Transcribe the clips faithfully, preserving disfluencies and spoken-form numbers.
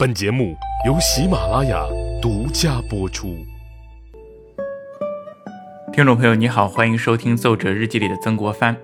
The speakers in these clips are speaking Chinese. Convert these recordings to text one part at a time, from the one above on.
本节目由喜马拉雅独家播出。 听众朋友你好，欢迎收听奏折日记里的曾国藩。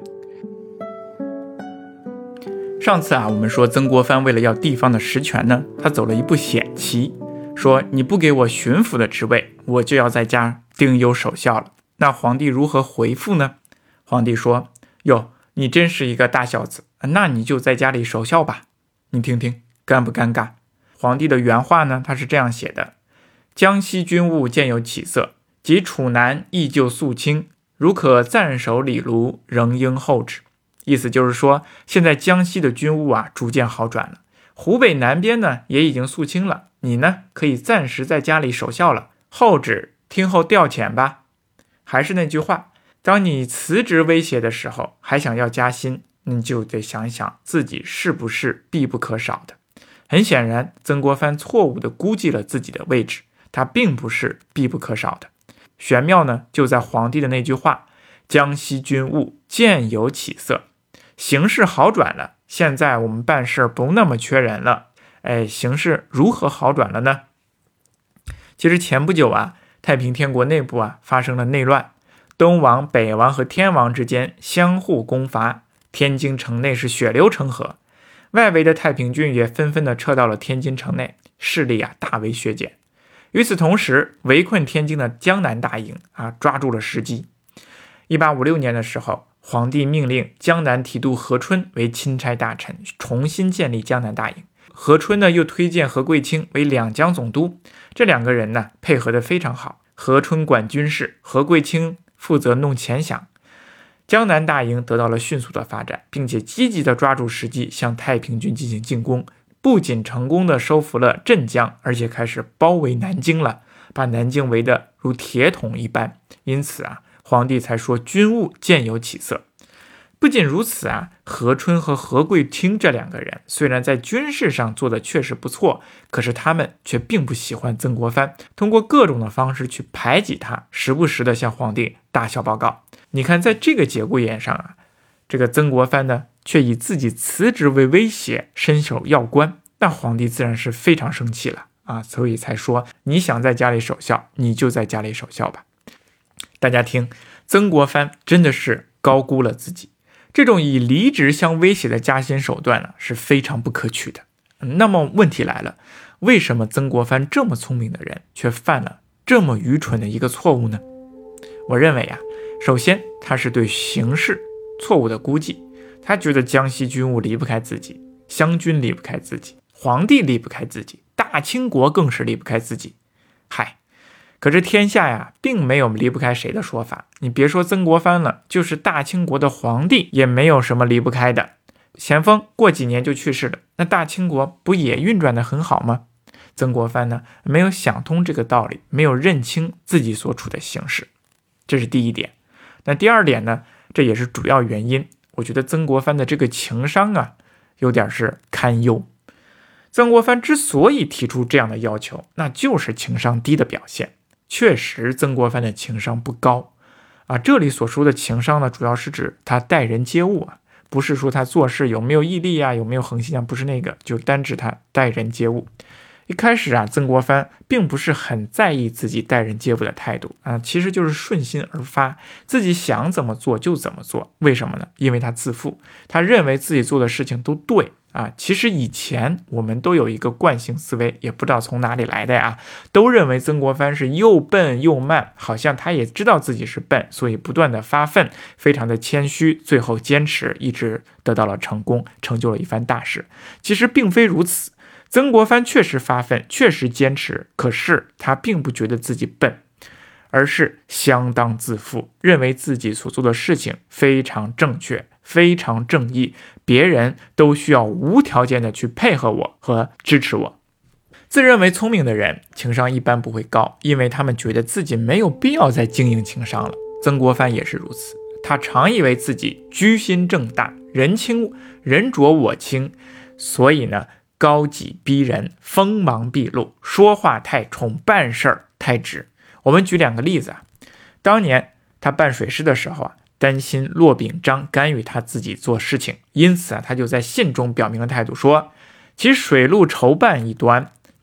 上次啊，我们说曾国藩为了要地方的实权呢，他走了一步险棋，说你不给我巡抚的职位，我就要在家丁忧守孝了。那皇帝如何回复呢？皇帝说，哟，你真是一个大孝子，那你就在家里守孝吧。你听听尴不尴尬？皇帝的原话呢，他是这样写的：江西军务渐有起色，及楚南依旧肃清，如可暂守李卢，仍应后之。意思就是说，现在江西的军务啊逐渐好转了，湖北南边呢也已经肃清了，你呢可以暂时在家里守孝了，后旨听候调遣吧。还是那句话，当你辞职威胁的时候，还想要加薪，你就得想想自己是不是必不可少的。很显然，曾国藩错误地估计了自己的位置，他并不是必不可少的。玄妙呢，就在皇帝的那句话，江西军务渐有起色，形势好转了，现在我们办事不那么缺人了。哎，形势如何好转了呢？其实前不久啊，太平天国内部啊发生了内乱，东王、北王和天王之间相互攻伐，天津城内是血流成河，外围的太平军也纷纷的撤到了天津城内，势力啊大为削减。与此同时，围困天津的江南大营啊抓住了时机。一八五六年的时候，皇帝命令江南提督何春为钦差大臣，重新建立江南大营。何春呢又推荐何贵卿为两江总督，这两个人呢配合得非常好。何春管军事，何贵卿负责弄钱饷。江南大营得到了迅速的发展，并且积极地抓住时机向太平军进行进攻，不仅成功地收服了镇江，而且开始包围南京了，把南京围得如铁桶一般。因此啊，皇帝才说军务渐有起色。不仅如此啊，何春和何贵卿这两个人虽然在军事上做的确实不错，可是他们却并不喜欢曾国藩，通过各种的方式去排挤他，时不时的向皇帝大小报告。你看，在这个节骨眼上啊，这个曾国藩呢，却以自己辞职为威胁，伸手要官，那皇帝自然是非常生气了啊，所以才说你想在家里守孝，你就在家里守孝吧。大家听，曾国藩真的是高估了自己。这种以离职相威胁的加薪手段呢，是非常不可取的。那么问题来了，为什么曾国藩这么聪明的人，却犯了这么愚蠢的一个错误呢？我认为啊，首先他是对形势错误的估计，他觉得江西军务离不开自己，湘军离不开自己，皇帝离不开自己，大清国更是离不开自己。嗨，可是天下呀，并没有离不开谁的说法。你别说曾国藩了，就是大清国的皇帝也没有什么离不开的。咸丰过几年就去世了，那大清国不也运转得很好吗？曾国藩呢，没有想通这个道理，没有认清自己所处的形势，这是第一点。那第二点呢，这也是主要原因。我觉得曾国藩的这个情商啊，有点是堪忧。曾国藩之所以提出这样的要求，那就是情商低的表现。确实曾国藩的情商不高啊，这里所说的情商呢，主要是指他待人接物啊，不是说他做事有没有毅力啊，有没有恒心啊，不是那个，就单指他待人接物。一开始啊，曾国藩并不是很在意自己待人接物的态度啊，其实就是顺心而发，自己想怎么做就怎么做。为什么呢？因为他自负，他认为自己做的事情都对啊。其实以前我们都有一个惯性思维，也不知道从哪里来的呀，都认为曾国藩是又笨又慢，好像他也知道自己是笨，所以不断的发奋，非常的谦虚，最后坚持，一直得到了成功，成就了一番大事。其实并非如此。曾国藩确实发奋，确实坚持，可是他并不觉得自己笨，而是相当自负，认为自己所做的事情非常正确，非常正义，别人都需要无条件的去配合我和支持我。自认为聪明的人情商一般不会高，因为他们觉得自己没有必要再经营情商了。曾国藩也是如此，他常以为自己居心正大，人轻人浊我轻，所以呢高己逼人，锋芒毕露，说话太冲，办事儿太直。我们举两个例子啊，当年他办水师的时候啊，担心骆秉章干预他自己做事情，因此啊，他就在信中表明了态度，说其水路筹办一端，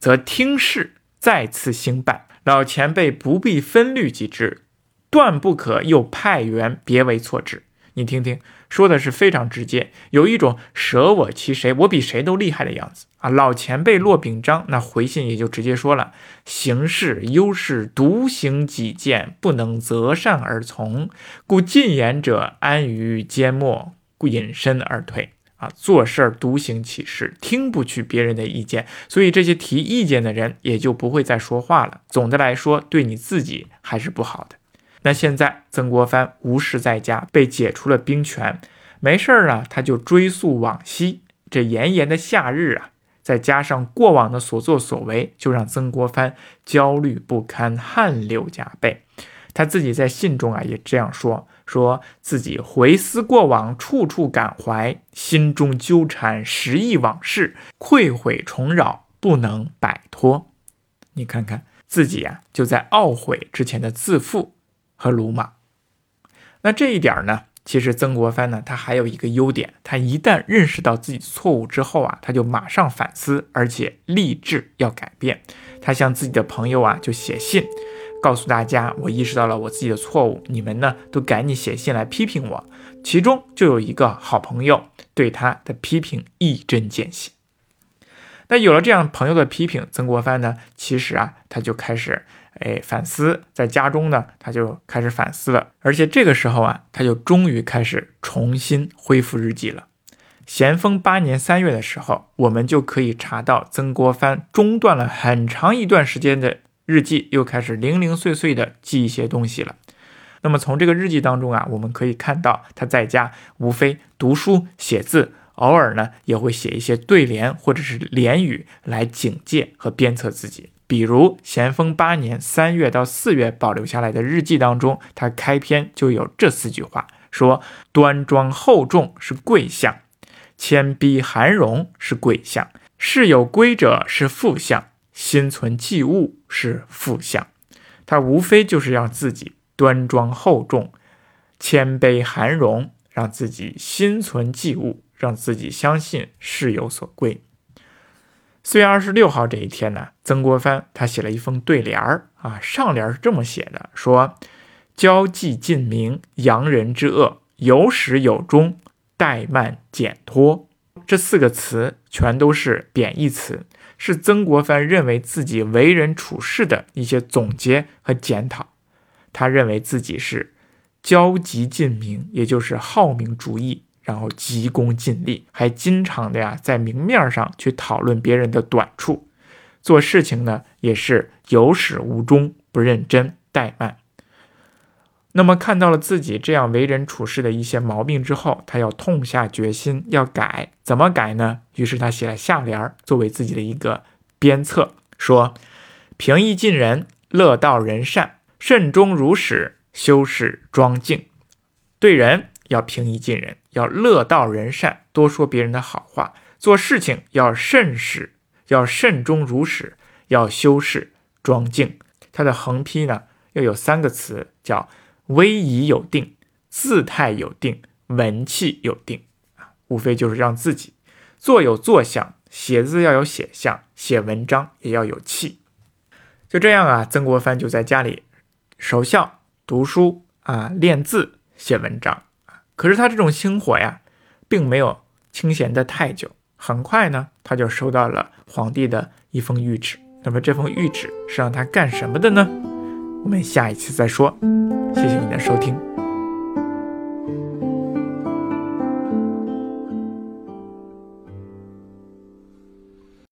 则听事再次兴办，老前辈不必分律及之，断不可又派员别为错之。你听听，说的是非常直接，有一种舍我其谁，我比谁都厉害的样子啊！老前辈骆秉章那回信也就直接说了：行事优势独行己见，不能择善而从，故进言者安于缄默，故隐身而退啊！做事独行其事，听不取别人的意见，所以这些提意见的人也就不会再说话了。总的来说，对你自己还是不好的。那现在曾国藩无事在家，被解除了兵权，没事儿啊，他就追溯往昔。这炎炎的夏日啊，再加上过往的所作所为，就让曾国藩焦虑不堪，汗流浃背。他自己在信中啊也这样说，说自己回思过往，处处感怀，心中纠缠，时忆往事，愧悔重扰，不能摆脱。你看看自己啊，就在懊悔之前的自负和鲁莽。那这一点呢，其实曾国藩呢，他还有一个优点，他一旦认识到自己错误之后啊，他就马上反思，而且立志要改变。他向自己的朋友啊就写信，告诉大家我意识到了我自己的错误，你们呢都赶紧写信来批评我。其中就有一个好朋友对他的批评一针见血。那有了这样朋友的批评，曾国藩呢，其实啊他就开始哎，反思，在家中呢，他就开始反思了，而且这个时候啊，他就终于开始重新恢复日记了。咸丰八年三月的时候，我们就可以查到曾国藩中断了很长一段时间的日记，又开始零零碎碎的记一些东西了。那么从这个日记当中啊，我们可以看到他在家无非读书写字，偶尔呢也会写一些对联或者是联语来警戒和鞭策自己。比如咸丰八年三月到四月保留下来的日记当中，他开篇就有这四句话，说端庄厚重是贵相，谦卑含容是贵相，事有归者是副相，心存忌物是副相。他无非就是让自己端庄厚重，谦卑含容，让自己心存忌物，让自己相信事有所归。四月二十六号这一天呢，曾国藩他写了一封对联儿啊，上联是这么写的，说交际尽明，扬人之恶，有始有终，怠慢减脱。这四个词全都是贬义词，是曾国藩认为自己为人处事的一些总结和检讨。他认为自己是交际尽明，也就是好名主义，然后急功近利，还经常的呀在明面上去讨论别人的短处，做事情呢也是有始无终，不认真，怠慢。那么看到了自己这样为人处事的一些毛病之后，他要痛下决心要改。怎么改呢？于是他写了下联作为自己的一个鞭策，说平易近人，乐道人善，慎终如始，修饰庄敬。对人要平易近人，要乐道人善，多说别人的好话，做事情要慎始，要慎终如始，要修饰庄敬。它的横批呢又有三个词，叫威仪有定，姿态有定，文气有定，无非就是让自己做有做相，写字要有写相，写文章也要有气。就这样啊，曾国藩就在家里守孝、读书啊、练字、写文章。可是他这种星火呀，并没有清闲的太久。很快呢，他就收到了皇帝的一封谕旨。那么这封谕旨是让他干什么的呢？我们下一期再说。谢谢你的收听。